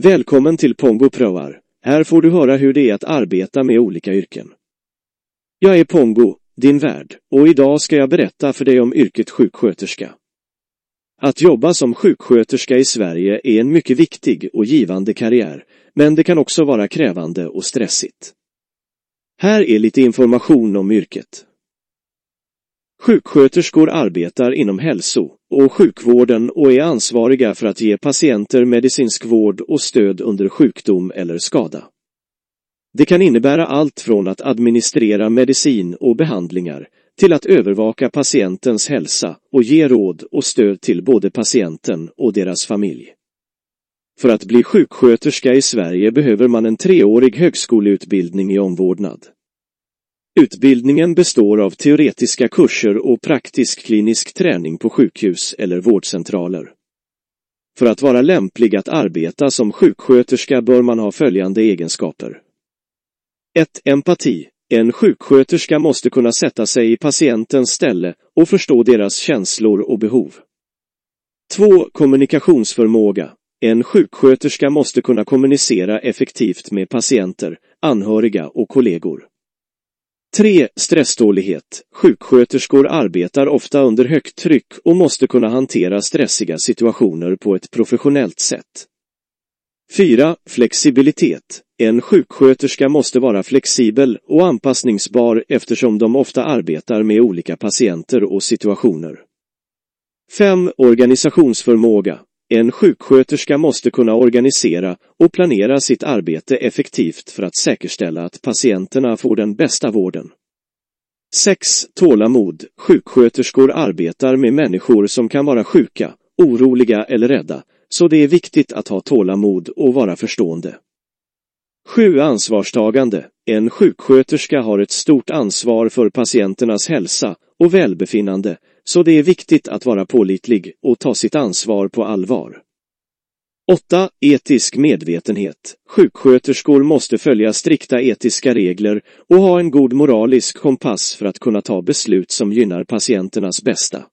Välkommen till Pongo Proar. Här får du höra hur det är att arbeta med olika yrken. Jag är Pongo, din värd, och idag ska jag berätta för dig om yrket sjuksköterska. Att jobba som sjuksköterska i Sverige är en mycket viktig och givande karriär, men det kan också vara krävande och stressigt. Här är lite information om yrket. Sjuksköterskor arbetar inom hälso- och sjukvården och är ansvariga för att ge patienter medicinsk vård och stöd under sjukdom eller skada. Det kan innebära allt från att administrera medicin och behandlingar till att övervaka patientens hälsa och ge råd och stöd till både patienten och deras familj. För att bli sjuksköterska i Sverige behöver man en 3-årig högskoleutbildning i omvårdnad. Utbildningen består av teoretiska kurser och praktisk klinisk träning på sjukhus eller vårdcentraler. För att vara lämplig att arbeta som sjuksköterska bör man ha följande egenskaper. 1. Empati. En sjuksköterska måste kunna sätta sig i patientens ställe och förstå deras känslor och behov. 2. Kommunikationsförmåga. En sjuksköterska måste kunna kommunicera effektivt med patienter, anhöriga och kollegor. 3. Stresstålighet. Sjuksköterskor arbetar ofta under högt tryck och måste kunna hantera stressiga situationer på ett professionellt sätt. 4. Flexibilitet. En sjuksköterska måste vara flexibel och anpassningsbar eftersom de ofta arbetar med olika patienter och situationer. 5. Organisationsförmåga. En sjuksköterska måste kunna organisera och planera sitt arbete effektivt för att säkerställa att patienterna får den bästa vården. 6. Tålamod. Sjuksköterskor arbetar med människor som kan vara sjuka, oroliga eller rädda, så det är viktigt att ha tålamod och vara förstående. 7. Ansvarstagande. En sjuksköterska har ett stort ansvar för patienternas hälsa och välbefinnande, så det är viktigt att vara pålitlig och ta sitt ansvar på allvar. 8. Etisk medvetenhet. Sjuksköterskor måste följa strikta etiska regler och ha en god moralisk kompass för att kunna ta beslut som gynnar patienternas bästa.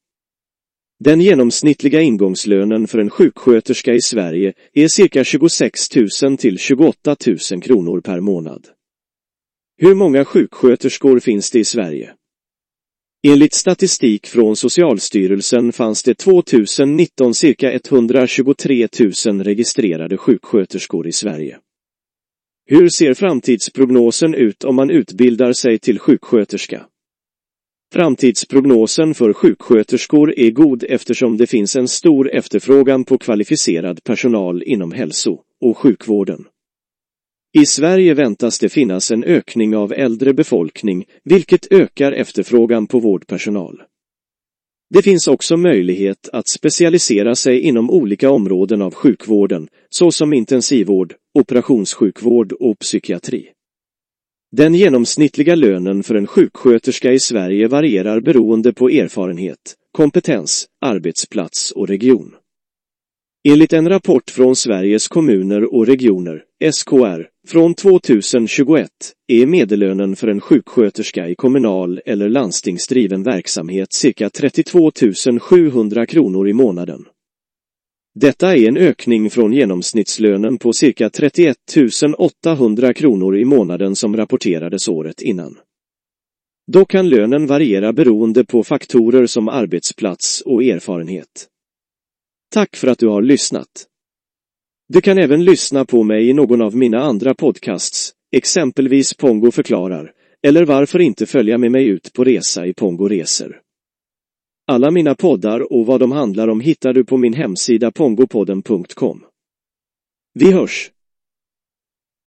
Den genomsnittliga ingångslönen för en sjuksköterska i Sverige är cirka 26 000 till 28 000 kronor per månad. Hur många sjuksköterskor finns det i Sverige? Enligt statistik från Socialstyrelsen fanns det 2019 cirka 123 000 registrerade sjuksköterskor i Sverige. Hur ser framtidsprognosen ut om man utbildar sig till sjuksköterska? Framtidsprognosen för sjuksköterskor är god eftersom det finns en stor efterfrågan på kvalificerad personal inom hälso- och sjukvården. I Sverige väntas det finnas en ökning av äldre befolkning, vilket ökar efterfrågan på vårdpersonal. Det finns också möjlighet att specialisera sig inom olika områden av sjukvården, såsom intensivvård, operationssjukvård och psykiatri. Den genomsnittliga lönen för en sjuksköterska i Sverige varierar beroende på erfarenhet, kompetens, arbetsplats och region. Enligt en rapport från Sveriges kommuner och regioner, SKR, från 2021 är medellönen för en sjuksköterska i kommunal eller landstingsdriven verksamhet cirka 32 700 kronor i månaden. Detta är en ökning från genomsnittslönen på cirka 31 800 kronor i månaden som rapporterades året innan. Då kan lönen variera beroende på faktorer som arbetsplats och erfarenhet. Tack för att du har lyssnat. Du kan även lyssna på mig i någon av mina andra podcasts, exempelvis Pongo förklarar, eller varför inte följa med mig ut på resa i Pongo Reser. Alla mina poddar och vad de handlar om hittar du på min hemsida pongopodden.com. Vi hörs!